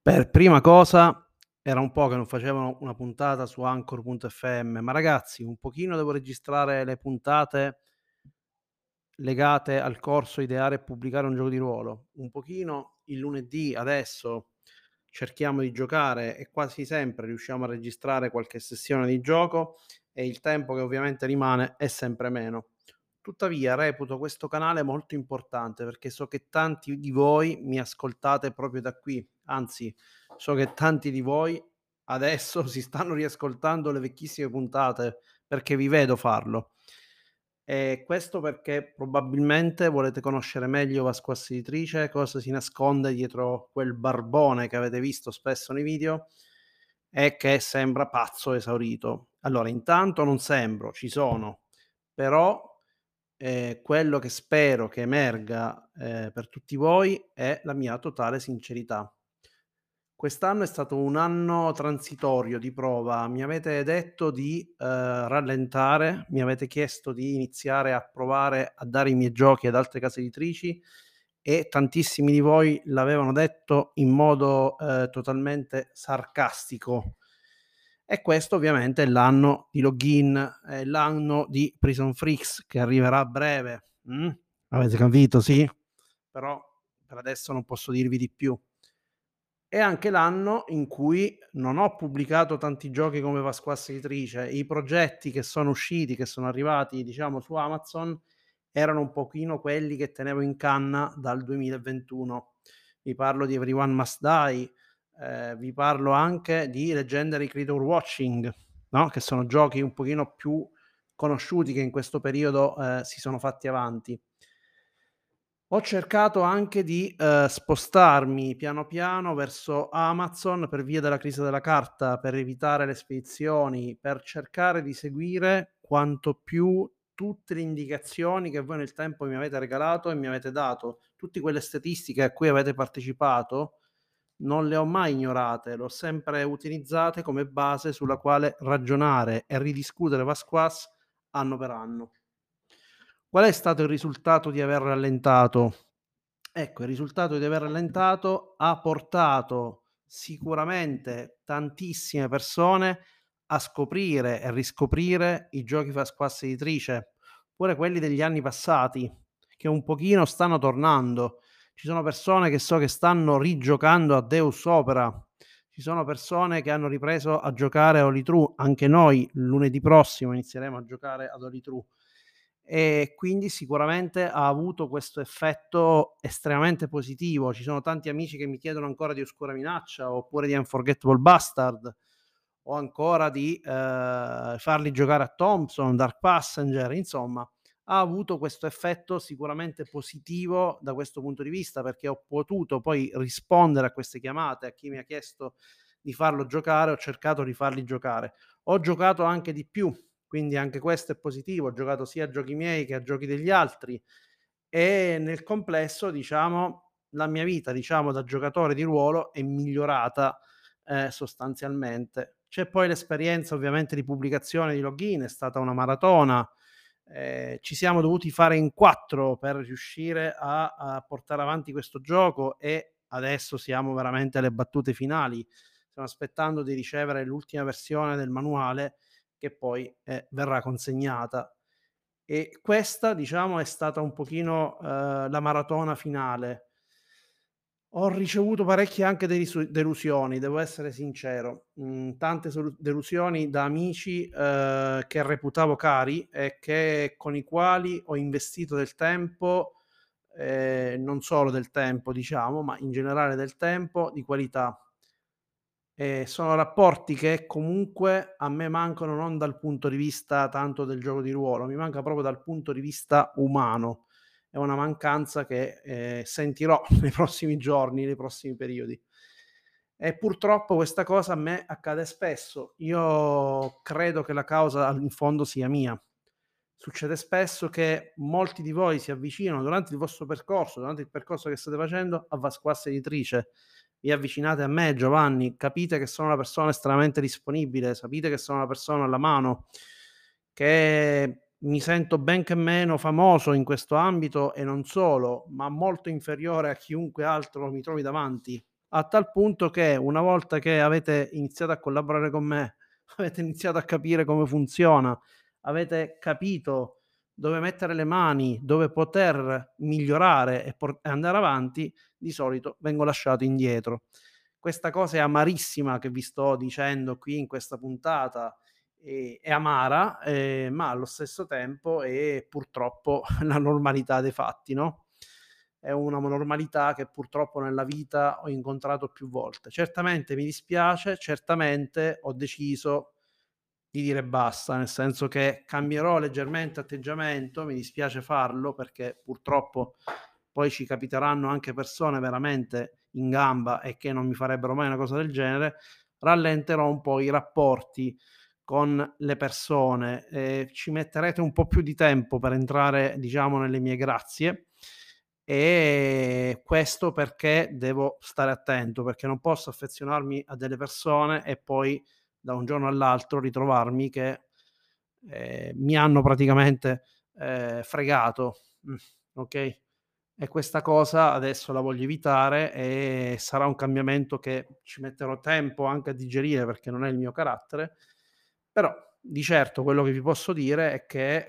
Per prima cosa, era un po' che non facevano una puntata su Anchor.fm, ma ragazzi un pochino devo registrare le puntate legate al corso Ideare e pubblicare un gioco di ruolo. Un pochino il lunedì adesso cerchiamo di giocare e quasi sempre riusciamo a registrare qualche sessione di gioco e il tempo che ovviamente rimane è sempre meno. Tuttavia reputo questo canale molto importante perché so che tanti di voi mi ascoltate proprio da qui, anzi so che tanti di voi adesso si stanno riascoltando le vecchissime puntate perché vi vedo farlo. Questo perché probabilmente volete conoscere meglio Vasquas Editrice, cosa si nasconde dietro quel barbone che avete visto spesso nei video e che sembra pazzo esaurito. Allora, intanto non sembro, ci sono, però quello che spero che emerga, per tutti voi è la mia totale sincerità. Quest'anno è stato un anno transitorio di prova. Mi avete detto di, rallentare, mi avete chiesto di iniziare a provare a dare i miei giochi ad altre case editrici e tantissimi di voi l'avevano detto in modo, totalmente sarcastico. E questo ovviamente è l'anno di Login, è l'anno di Prison Freaks che arriverà a breve. Avete capito, sì? Però per adesso non posso dirvi di più. È anche l'anno in cui non ho pubblicato tanti giochi come Pasquassa Editrice. I progetti che sono usciti, che sono arrivati, diciamo, su Amazon, erano un pochino quelli che tenevo in canna dal 2021. Vi parlo di Everyone Must Die, vi parlo anche di Legendary Creature Watching, no, che sono giochi un pochino più conosciuti che in questo periodo, si sono fatti avanti. Ho cercato anche di, spostarmi piano piano verso Amazon per via della crisi della carta, per evitare le spedizioni, per cercare di seguire quanto più tutte le indicazioni che voi nel tempo mi avete regalato e mi avete dato. Tutte quelle statistiche a cui avete partecipato, non le ho mai ignorate, le ho sempre utilizzate come base sulla quale ragionare e ridiscutere Vasquas anno per anno. Qual è stato il risultato di aver rallentato? Ecco, il risultato di aver rallentato ha portato sicuramente tantissime persone a scoprire e riscoprire i giochi Fast Pass Editrice, pure quelli degli anni passati, che un pochino stanno tornando. Ci sono persone che so che stanno rigiocando a Deus Opera, ci sono persone che hanno ripreso a giocare a Holy True, anche noi lunedì prossimo inizieremo a giocare ad Holy True. E quindi sicuramente ha avuto questo effetto estremamente positivo. Ci sono tanti amici che mi chiedono ancora di Oscura Minaccia, oppure di Unforgettable Bastard, o ancora di, farli giocare a Thompson, Dark Passenger, insomma, ha avuto questo effetto sicuramente positivo da questo punto di vista, perché ho potuto poi rispondere a queste chiamate, a chi mi ha chiesto di farlo giocare, ho cercato di farli giocare. Ho giocato anche di più, quindi anche questo è positivo. Ho giocato sia a giochi miei che a giochi degli altri e nel complesso, diciamo, la mia vita, diciamo, da giocatore di ruolo è migliorata, sostanzialmente. C'è poi l'esperienza ovviamente di pubblicazione di login, è stata una maratona, ci siamo dovuti fare in 4 per riuscire a portare avanti questo gioco e adesso siamo veramente alle battute finali. Stiamo aspettando di ricevere l'ultima versione del manuale che poi, verrà consegnata. E questa, diciamo, è stata un pochino, la maratona finale. Ho ricevuto parecchie anche delusioni, devo essere sincero. Tante delusioni da amici, che reputavo cari e con i quali ho investito del tempo, non solo del tempo diciamo, ma in generale del tempo di qualità. Sono rapporti che comunque a me mancano non dal punto di vista tanto del gioco di ruolo, mi manca proprio dal punto di vista umano. È una mancanza che, sentirò nei prossimi giorni, nei prossimi periodi. E purtroppo questa cosa a me accade spesso. Io credo che la causa in fondo sia mia. Succede spesso che molti di voi si avvicinano durante il vostro percorso, durante il percorso che state facendo, a Vasquassa Editrice. Vi avvicinate a me, Giovanni, capite che sono una persona estremamente disponibile, sapete che sono una persona alla mano, che mi sento ben che meno famoso in questo ambito e non solo, ma molto inferiore a chiunque altro mi trovi davanti. a tal punto che una volta che avete iniziato a collaborare con me, avete iniziato a capire come funziona, avete capito dove mettere le mani, dove poter migliorare e andare avanti, di solito vengo lasciato indietro. Questa cosa è amarissima che vi sto dicendo qui in questa puntata, è amara, ma allo stesso tempo è purtroppo la normalità dei fatti, no, è una normalità che purtroppo nella vita ho incontrato più volte. Certamente mi dispiace, certamente ho deciso di dire basta, nel senso che cambierò leggermente atteggiamento, mi dispiace farlo perché purtroppo poi ci capiteranno anche persone veramente in gamba e che non mi farebbero mai una cosa del genere, rallenterò un po' i rapporti con le persone, ci metterete un po' più di tempo per entrare, diciamo, nelle mie grazie, questo perché devo stare attento, perché non posso affezionarmi a delle persone e poi da un giorno all'altro ritrovarmi che, mi hanno praticamente, fregato, okay? E questa cosa adesso la voglio evitare e sarà un cambiamento che ci metterò tempo anche a digerire perché non è il mio carattere, però di certo quello che vi posso dire è che,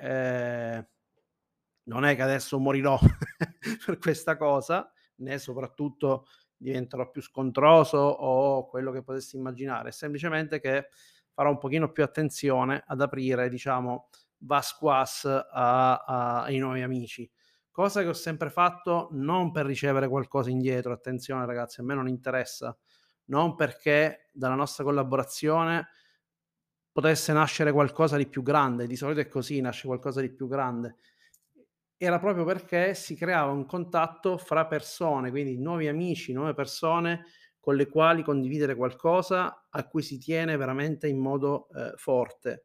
non è che adesso morirò per questa cosa, né soprattutto diventerò più scontroso o quello che potessi immaginare, è semplicemente che farò un pochino più attenzione ad aprire, diciamo, Vasquas ai nuovi amici. Cosa che ho sempre fatto non per ricevere qualcosa indietro, attenzione ragazzi, a me non interessa, non perché dalla nostra collaborazione potesse nascere qualcosa di più grande, di solito è così, nasce qualcosa di più grande. Era proprio perché si creava un contatto fra persone, quindi nuovi amici, nuove persone con le quali condividere qualcosa a cui si tiene veramente in modo, forte.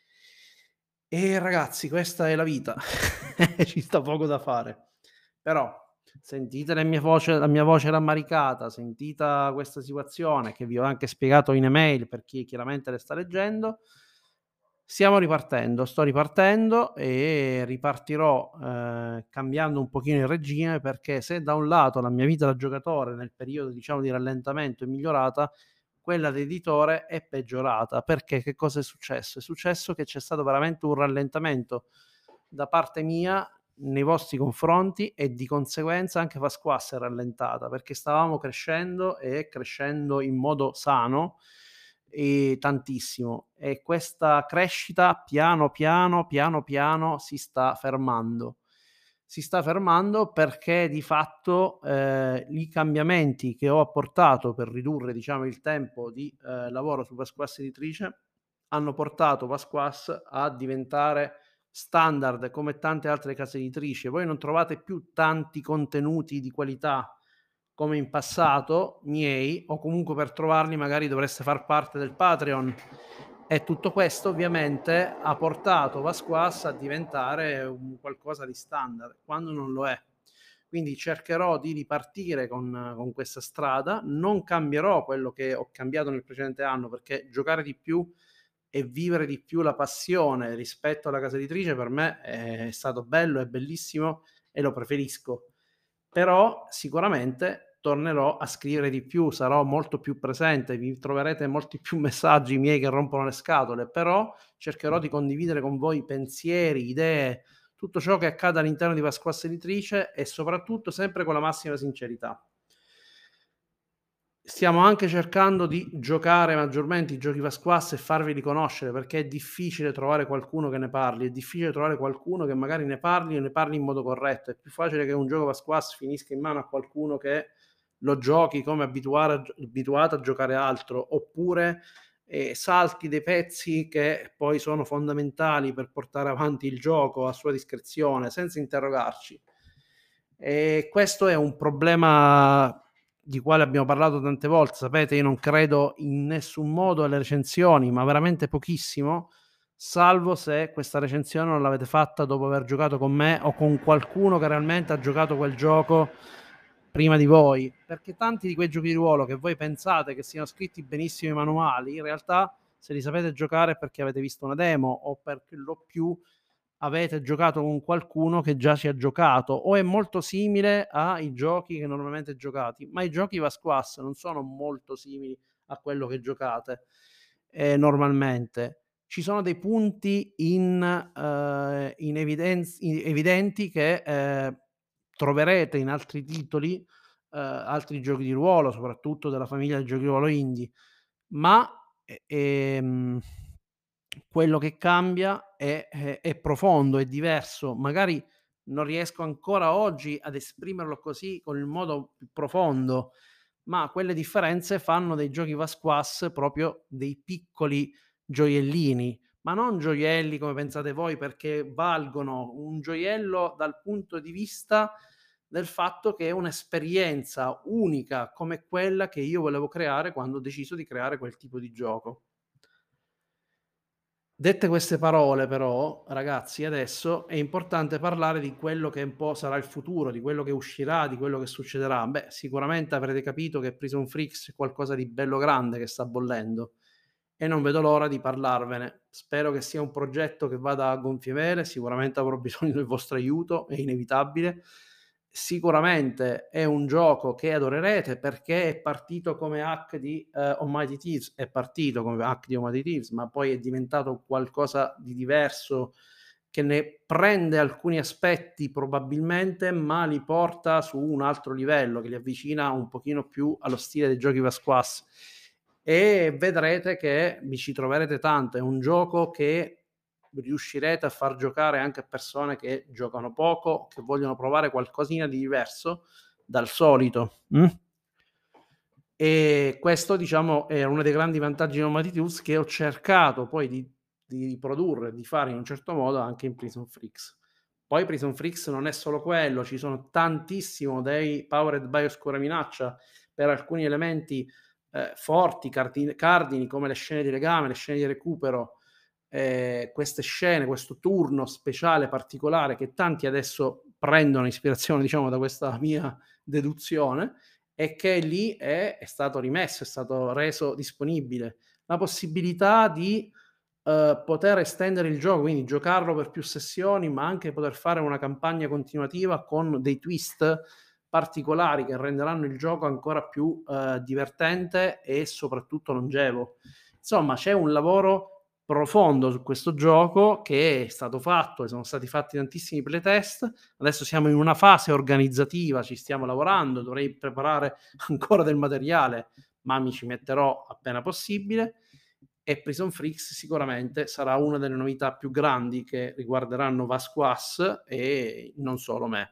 E ragazzi questa è la vita, ci sta poco da fare. Però sentite la mia voce rammaricata, sentita questa situazione che vi ho anche spiegato in email per chi chiaramente le sta leggendo, stiamo ripartendo, sto ripartendo e ripartirò, cambiando un pochino il regime, perché se da un lato la mia vita da giocatore nel periodo, diciamo, di rallentamento è migliorata, quella da editore è peggiorata. Perché che cosa è successo? È successo che c'è stato veramente un rallentamento da parte mia nei vostri confronti e di conseguenza anche Pasquas è rallentata, perché stavamo crescendo e crescendo in modo sano, tantissimo, e questa crescita piano, piano, piano, piano si sta fermando. Si sta fermando perché di fatto, i cambiamenti che ho apportato per ridurre, diciamo, il tempo di, lavoro su Pasquas Editrice hanno portato Pasquas a diventare standard come tante altre case editrici. Voi non trovate più tanti contenuti di qualità come in passato miei, o comunque per trovarli magari dovreste far parte del Patreon, e tutto questo ovviamente ha portato Vasquas a diventare un qualcosa di standard, quando non lo è. Quindi cercherò di ripartire con questa strada, non cambierò quello che ho cambiato nel precedente anno, perché giocare di più e vivere di più la passione rispetto alla casa editrice per me è stato bello, è bellissimo e lo preferisco. Però sicuramente tornerò a scrivere di più, sarò molto più presente, vi troverete molti più messaggi miei che rompono le scatole, però cercherò di condividere con voi pensieri, idee, tutto ciò che accade all'interno di Pasquas Editrice e soprattutto sempre con la massima sincerità. Stiamo anche cercando di giocare maggiormente i giochi Pasquas e farveli conoscere, perché è difficile trovare qualcuno che ne parli, è difficile trovare qualcuno che magari ne parli e ne parli in modo corretto. È più facile che un gioco Pasquas finisca in mano a qualcuno che lo giochi come abituato a giocare altro, oppure, salti dei pezzi che poi sono fondamentali per portare avanti il gioco a sua discrezione, senza interrogarci. Questo è un problema di quale abbiamo parlato tante volte. Sapete, io non credo in nessun modo alle recensioni, ma veramente pochissimo, salvo se questa recensione non l'avete fatta dopo aver giocato con me o con qualcuno che realmente ha giocato quel gioco prima di voi, perché tanti di quei giochi di ruolo che voi pensate che siano scritti benissimo i manuali, in realtà se li sapete giocare è perché avete visto una demo o per lo più avete giocato con qualcuno che già ci ha giocato o è molto simile ai giochi che normalmente giocati, ma i giochi Vasquas non sono molto simili a quello che giocate, normalmente. Ci sono dei punti in evidenti che, troverete in altri titoli, altri giochi di ruolo, soprattutto della famiglia del giochi di ruolo indie, ma, quello che cambia è profondo, è diverso. Magari non riesco ancora oggi ad esprimerlo così con il modo più profondo, ma quelle differenze fanno dei giochi Vasquas proprio dei piccoli gioiellini, ma non gioielli come pensate voi, perché valgono un gioiello dal punto di vista del fatto che è un'esperienza unica come quella che io volevo creare quando ho deciso di creare quel tipo di gioco. Dette queste parole però, ragazzi, adesso è importante parlare di quello che un po' sarà il futuro, di quello che uscirà, di quello che succederà. Beh, sicuramente avrete capito che Prison Freaks è qualcosa di bello grande che sta bollendo e non vedo l'ora di parlarvene. Spero che sia un progetto che vada a gonfie vele, sicuramente avrò bisogno del vostro aiuto, è inevitabile. Sicuramente è un gioco che adorerete perché è partito come hack di, Almighty Thieves, è partito come hack di Almighty Thieves, ma poi è diventato qualcosa di diverso che ne prende alcuni aspetti probabilmente, ma li porta su un altro livello, che li avvicina un pochino più allo stile dei giochi Vasquas e vedrete che vi ci troverete tanto. È un gioco che riuscirete a far giocare anche a persone che giocano poco, che vogliono provare qualcosina di diverso dal solito, E questo diciamo è uno dei grandi vantaggi di Nomad Tools che ho cercato poi di riprodurre, di fare in un certo modo anche in Prison Freaks. Poi Prison Freaks non è solo quello, ci sono tantissimo dei powered by Oscura Minaccia per alcuni elementi, forti, cardini come le scene di legame, le scene di recupero, queste scene, questo turno speciale particolare che tanti adesso prendono ispirazione, diciamo, da questa mia deduzione e che lì è stato rimesso, è stato reso disponibile. La possibilità di, poter estendere il gioco, quindi giocarlo per più sessioni, ma anche poter fare una campagna continuativa con dei twist particolari che renderanno il gioco ancora più, divertente e soprattutto longevo. Insomma, c'è un lavoro profondo su questo gioco che è stato fatto e sono stati fatti tantissimi playtest. Adesso siamo in una fase organizzativa, ci stiamo lavorando, dovrei preparare ancora del materiale, ma mi ci metterò appena possibile. E Prison Freaks sicuramente sarà una delle novità più grandi che riguarderanno Vasquas e non solo me.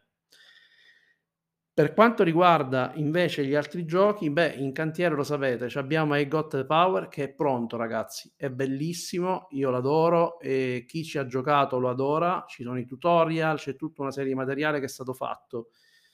Per quanto riguarda invece gli altri giochi, beh, in cantiere lo sapete, c'abbiamo I Got the Power che è pronto ragazzi, è bellissimo, io l'adoro e chi ci ha giocato lo adora, ci sono i tutorial, c'è tutta una serie di materiale che è stato fatto.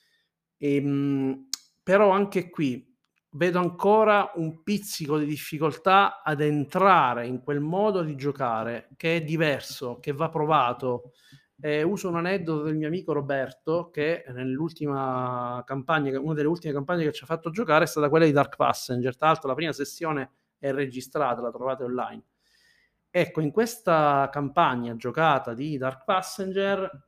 Ehm, Però anche qui vedo ancora un pizzico di difficoltà ad entrare in quel modo di giocare che è diverso, che va provato. Uso un aneddoto del mio amico Roberto che nell'ultima campagna una delle ultime campagne che ci ha fatto giocare è stata quella di Dark Passenger. Tra l'altro la prima sessione è registrata, la trovate online. Ecco, in questa campagna giocata di Dark Passenger,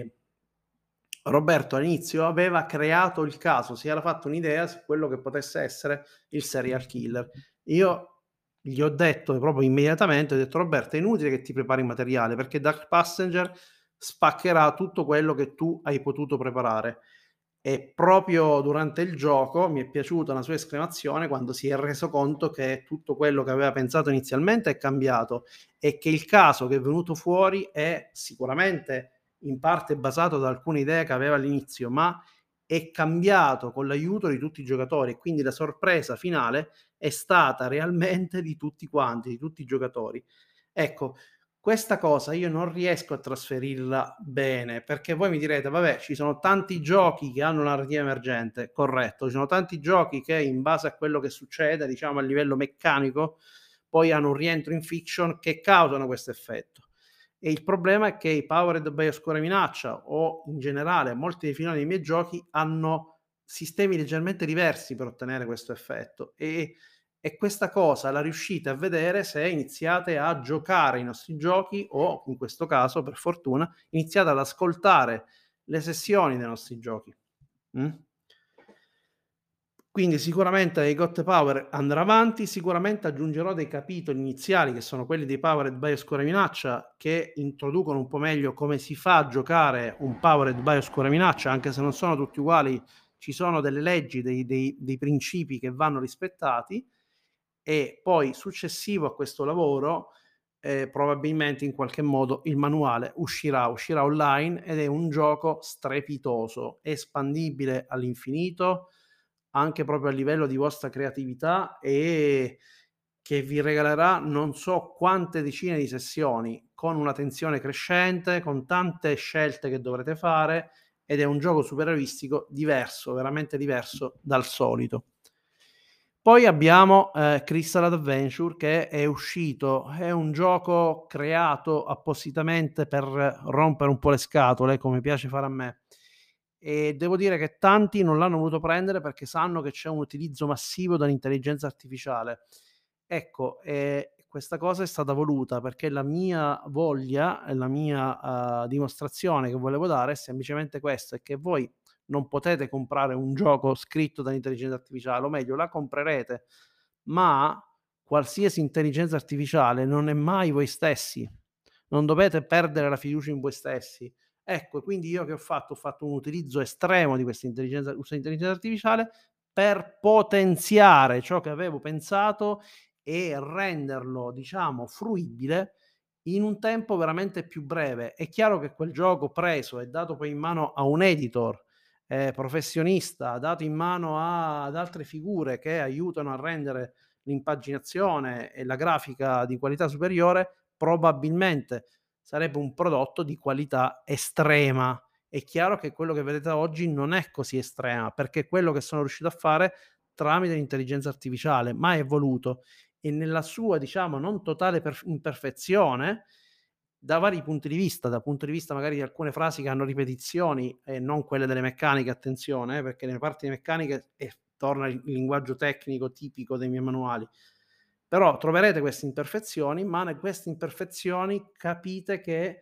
Roberto all'inizio aveva creato il caso, si era fatto un'idea su quello che potesse essere il serial killer. Io gli ho detto proprio immediatamente, ho detto: "Roberto, è inutile che ti prepari materiale, perché Dark Passenger spaccherà tutto quello che tu hai potuto preparare". E proprio durante il gioco mi è piaciuta una sua esclamazione quando si è reso conto che tutto quello che aveva pensato inizialmente è cambiato e che il caso che è venuto fuori è sicuramente in parte basato da alcune idee che aveva all'inizio, ma è cambiato con l'aiuto di tutti i giocatori e quindi la sorpresa finale è stata realmente di tutti quanti, di tutti i giocatori. Ecco, questa cosa io non riesco a trasferirla bene, perché voi mi direte: "Vabbè, ci sono tanti giochi che hanno narrativa emergente." Corretto, ci sono tanti giochi che in base a quello che succede, diciamo a livello meccanico, poi hanno un rientro in fiction che causano questo effetto. E il problema è che i Powered by Oscura Minaccia o in generale molti dei finali dei miei giochi hanno sistemi leggermente diversi per ottenere questo effetto e questa cosa la riuscite a vedere se iniziate a giocare i nostri giochi o, in questo caso, per fortuna, iniziate ad ascoltare le sessioni dei nostri giochi. Mh? Quindi sicuramente i GOT Power andrà avanti, sicuramente aggiungerò dei capitoli iniziali che sono quelli dei Powered by Oscura Minaccia, che introducono un po' meglio come si fa a giocare un Powered by Oscura Minaccia, anche se non sono tutti uguali, ci sono delle leggi, dei principi che vanno rispettati e poi successivo a questo lavoro, probabilmente in qualche modo il manuale uscirà online ed è un gioco strepitoso, espandibile all'infinito, anche proprio a livello di vostra creatività e che vi regalerà non so quante decine di sessioni, con una tensione crescente, con tante scelte che dovrete fare ed è un gioco supereroistico diverso, veramente diverso dal solito. Poi abbiamo, Crystal Adventure che è uscito, è un gioco creato appositamente per rompere un po' le scatole, come piace fare a me. E devo dire che tanti non l'hanno voluto prendere perché sanno che c'è un utilizzo massivo dell'intelligenza artificiale. Ecco, questa cosa è stata voluta perché la mia voglia e la mia, dimostrazione che volevo dare è semplicemente questa, è che voi non potete comprare un gioco scritto dall'intelligenza artificiale, o meglio la comprerete, ma qualsiasi intelligenza artificiale non è mai voi stessi. Non dovete perdere la fiducia in voi stessi. Ecco, e quindi io che ho fatto? Ho fatto un utilizzo estremo di questa intelligenza artificiale per potenziare ciò che avevo pensato e renderlo, diciamo, fruibile in un tempo veramente più breve. È chiaro che quel gioco preso e dato poi in mano a un editor, professionista, dato in mano ad altre figure che aiutano a rendere l'impaginazione e la grafica di qualità superiore, probabilmente sarebbe un prodotto di qualità estrema. È chiaro che quello che vedete oggi non è così estrema, perché è quello che sono riuscito a fare tramite l'intelligenza artificiale, ma è voluto e nella sua, diciamo, non totale imperfezione, da vari punti di vista, dal punto di vista magari di alcune frasi che hanno ripetizioni e non quelle delle meccaniche, attenzione, perché nelle parti meccaniche torna il linguaggio tecnico tipico dei miei manuali. Però troverete queste imperfezioni, ma queste imperfezioni capite che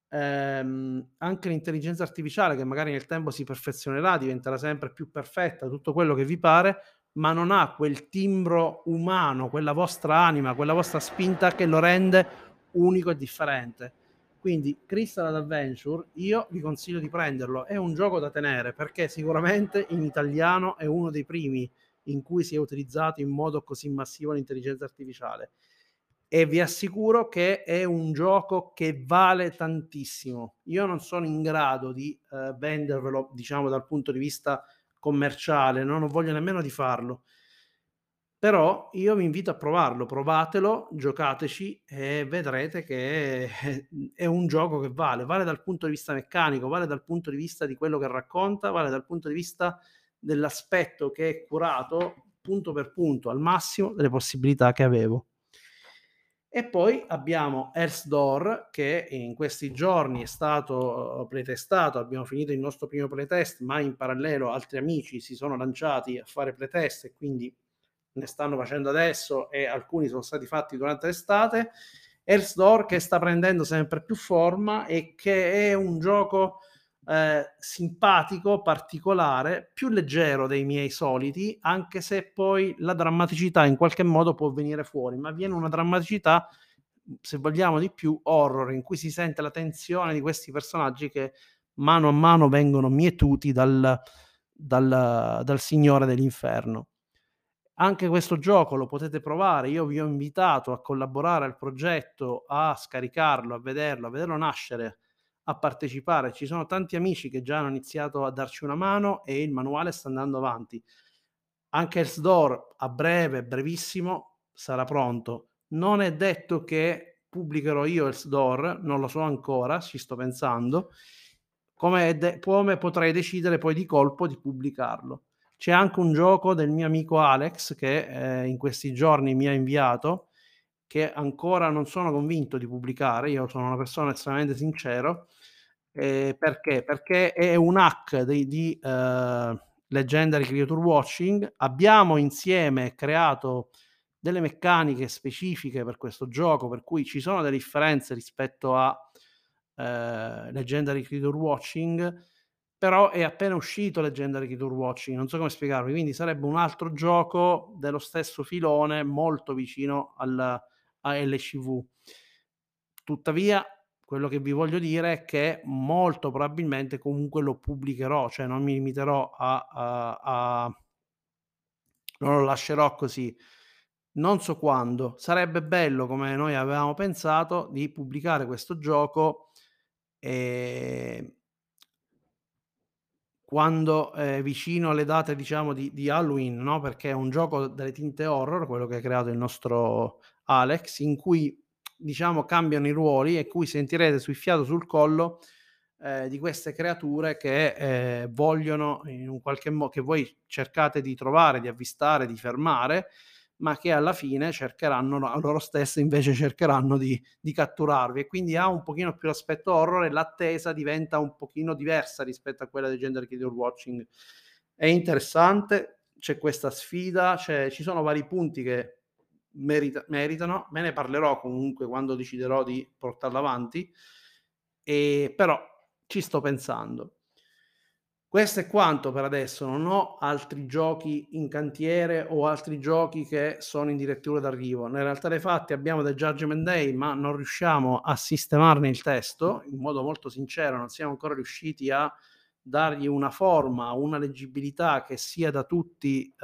anche l'intelligenza artificiale, che magari nel tempo si perfezionerà, diventerà sempre più perfetta, tutto quello che vi pare, ma non ha quel timbro umano, quella vostra anima, quella vostra spinta che lo rende unico e differente. Quindi Crystal Adventure io vi consiglio di prenderlo, è un gioco da tenere perché sicuramente in italiano è uno dei primi in cui si è utilizzato in modo così massivo l'intelligenza artificiale e vi assicuro che è un gioco che vale tantissimo. Io non sono in grado di, vendervelo, diciamo, dal punto di vista commerciale, no, non voglio nemmeno di farlo. Però io vi invito a provarlo, provatelo, giocateci e vedrete che è un gioco che vale dal punto di vista meccanico, vale dal punto di vista di quello che racconta, vale dal punto di vista dell'aspetto che è curato punto per punto, al massimo delle possibilità che avevo. E poi abbiamo Earth's che in questi giorni è stato playtestato, abbiamo finito il nostro primo playtest, ma in parallelo altri amici si sono lanciati a fare playtest e quindi ne stanno facendo adesso e alcuni sono stati fatti durante l'estate. Earth's che sta prendendo sempre più forma e che è un gioco simpatico, particolare, più leggero dei miei soliti, anche se poi la drammaticità in qualche modo può venire fuori, ma viene una drammaticità, se vogliamo di più, horror, in cui si sente la tensione di questi personaggi che mano a mano vengono mietuti dal signore dell'inferno. Anche questo gioco lo potete provare, io vi ho invitato a collaborare al progetto, a scaricarlo, a vederlo nascere, a partecipare. Ci sono tanti amici che già hanno iniziato a darci una mano e il manuale sta andando avanti. Anche il Door a breve, brevissimo, sarà pronto. Non è detto che pubblicherò io il Door, non lo so ancora, ci sto pensando, come potrei decidere poi di colpo di pubblicarlo. C'è anche un gioco del mio amico Alex che, in questi giorni mi ha inviato, che ancora non sono convinto di pubblicare, io sono una persona estremamente sincero, perché? Perché è un hack di Legendary Creature Watching. Abbiamo insieme creato delle meccaniche specifiche per questo gioco, per cui ci sono delle differenze rispetto a, Legendary Creature Watching, però è appena uscito Legendary Creature Watching, non so come spiegarvi, quindi sarebbe un altro gioco dello stesso filone, molto vicino a LCV. Tuttavia, quello che vi voglio dire è che molto probabilmente comunque lo pubblicherò, cioè non mi limiterò a non lo lascerò così. Non so quando. Sarebbe bello, come noi avevamo pensato, di pubblicare questo gioco, ehm quando è vicino alle date diciamo di Halloween, no, perché è un gioco dalle tinte horror, quello che ha creato il nostro Alex, in cui diciamo cambiano i ruoli e cui sentirete sul fiato sul collo, di queste creature che, vogliono in un qualche che voi cercate di trovare, di avvistare, di fermare, ma che alla fine cercheranno loro stesse invece cercheranno di catturarvi, e quindi ha un pochino più l'aspetto horror e l'attesa diventa un pochino diversa rispetto a quella del Gender Kid Watching. È interessante, c'è questa sfida, ci sono vari punti che meritano, me ne parlerò comunque quando deciderò di portarlo avanti, però ci sto pensando. Questo è quanto per adesso, non ho altri giochi in cantiere o altri giochi che sono in dirittura d'arrivo. Nella realtà dei fatti abbiamo The Judgment Day, ma non riusciamo a sistemarne il testo, in modo molto sincero, non siamo ancora riusciti a dargli una forma, una leggibilità che sia da tutti,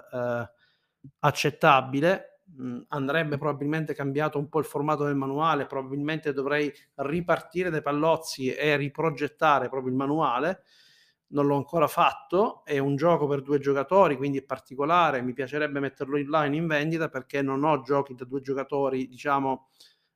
accettabile. Andrebbe probabilmente cambiato un po' il formato del manuale, probabilmente dovrei ripartire dai pallozzi e riprogettare proprio il manuale. Non l'ho ancora fatto, è un gioco per 2 giocatori, quindi è particolare, mi piacerebbe metterlo online in vendita perché non ho giochi da 2 giocatori, diciamo,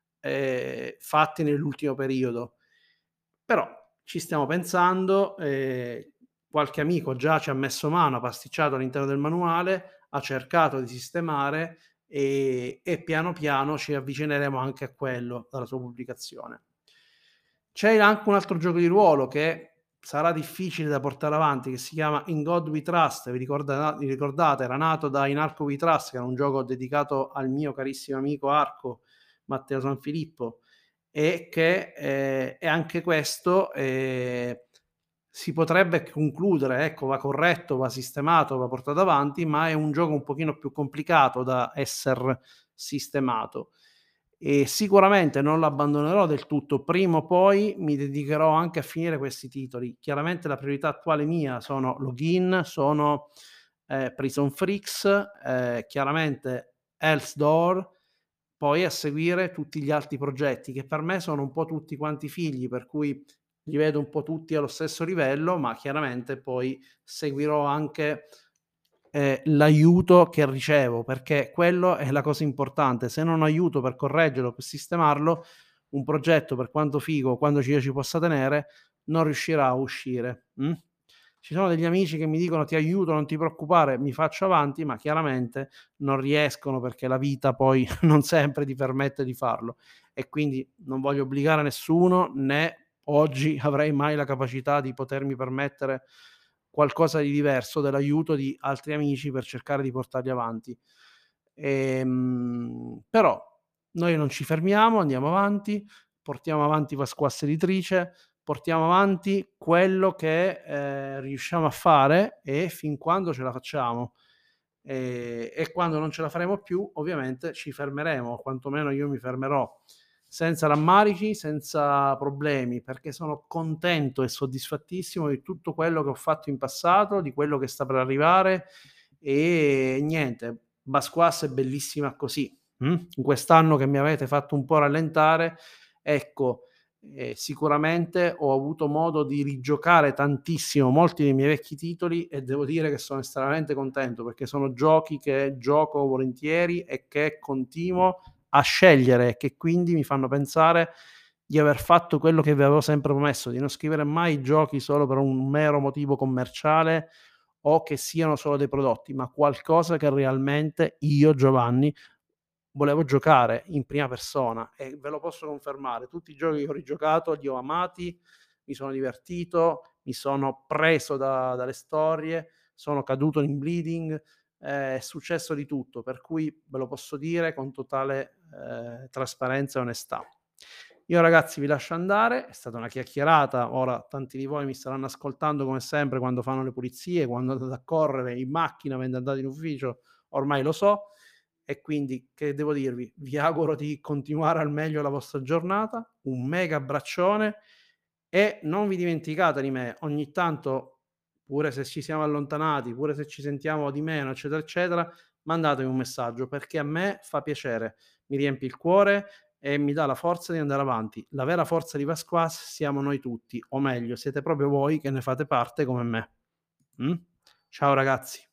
fatti nell'ultimo periodo. Però ci stiamo pensando, qualche amico già ci ha messo mano, ha pasticciato all'interno del manuale, ha cercato di sistemare, e piano piano ci avvicineremo anche a quello, alla sua pubblicazione. C'è anche un altro gioco di ruolo che sarà difficile da portare avanti, che si chiama In God We Trust. Vi ricordate? Era nato da In Arco We Trust, che era un gioco dedicato al mio carissimo amico Arco, Matteo Sanfilippo, e che, e anche questo, si potrebbe concludere, ecco, va corretto, va sistemato, va portato avanti, ma è un gioco un pochino più complicato da esser sistemato. E sicuramente non lo abbandonerò del tutto, prima o poi mi dedicherò anche a finire questi titoli. Chiaramente la priorità attuale mia sono Login, sono, Prison Freaks, chiaramente Hell's Door, poi a seguire tutti gli altri progetti che per me sono un po' tutti quanti figli, per cui li vedo un po' tutti allo stesso livello, ma chiaramente poi seguirò anche, l'aiuto che ricevo, perché quello è la cosa importante. Se non ho aiuto per correggerlo, per sistemarlo, un progetto per quanto figo, quando io ci possa tenere, non riuscirà a uscire, Ci sono degli amici che mi dicono: "Ti aiuto, non ti preoccupare", mi faccio avanti, ma chiaramente non riescono perché la vita poi non sempre ti permette di farlo, e quindi non voglio obbligare nessuno, né oggi avrei mai la capacità di potermi permettere qualcosa di diverso dell'aiuto di altri amici per cercare di portarli avanti. Però noi non ci fermiamo, andiamo avanti, portiamo avanti Pasquassa Editrice, portiamo avanti quello che, riusciamo a fare e fin quando ce la facciamo. E quando non ce la faremo più ovviamente ci fermeremo, o quantomeno io mi fermerò, senza rammarici, senza problemi, perché sono contento e soddisfattissimo di tutto quello che ho fatto in passato, di quello che sta per arrivare, e niente, Basquas è bellissima così, in quest'anno che mi avete fatto un po' rallentare, ecco, sicuramente ho avuto modo di rigiocare tantissimo molti dei miei vecchi titoli e devo dire che sono estremamente contento, perché sono giochi che gioco volentieri e che continuo a scegliere, e che quindi mi fanno pensare di aver fatto quello che vi avevo sempre promesso, di non scrivere mai giochi solo per un mero motivo commerciale o che siano solo dei prodotti, ma qualcosa che realmente io, Giovanni, volevo giocare in prima persona, e ve lo posso confermare. Tutti i giochi che ho rigiocato li ho amati, mi sono divertito, mi sono preso dalle storie, sono caduto in bleeding, è successo di tutto, per cui ve lo posso dire con totale, trasparenza e onestà. Io ragazzi vi lascio andare, è stata una chiacchierata, ora tanti di voi mi staranno ascoltando come sempre quando fanno le pulizie, quando andate a correre, in macchina, mentre andate in ufficio, ormai lo so. E quindi che devo dirvi? Vi auguro di continuare al meglio la vostra giornata, un mega abbraccione e non vi dimenticate di me. Ogni tanto, pure se ci siamo allontanati, pure se ci sentiamo di meno, eccetera, eccetera, mandatemi un messaggio perché a me fa piacere, mi riempie il cuore e mi dà la forza di andare avanti. La vera forza di Vasquas siamo noi tutti, o meglio, siete proprio voi che ne fate parte come me. Mh? Ciao ragazzi.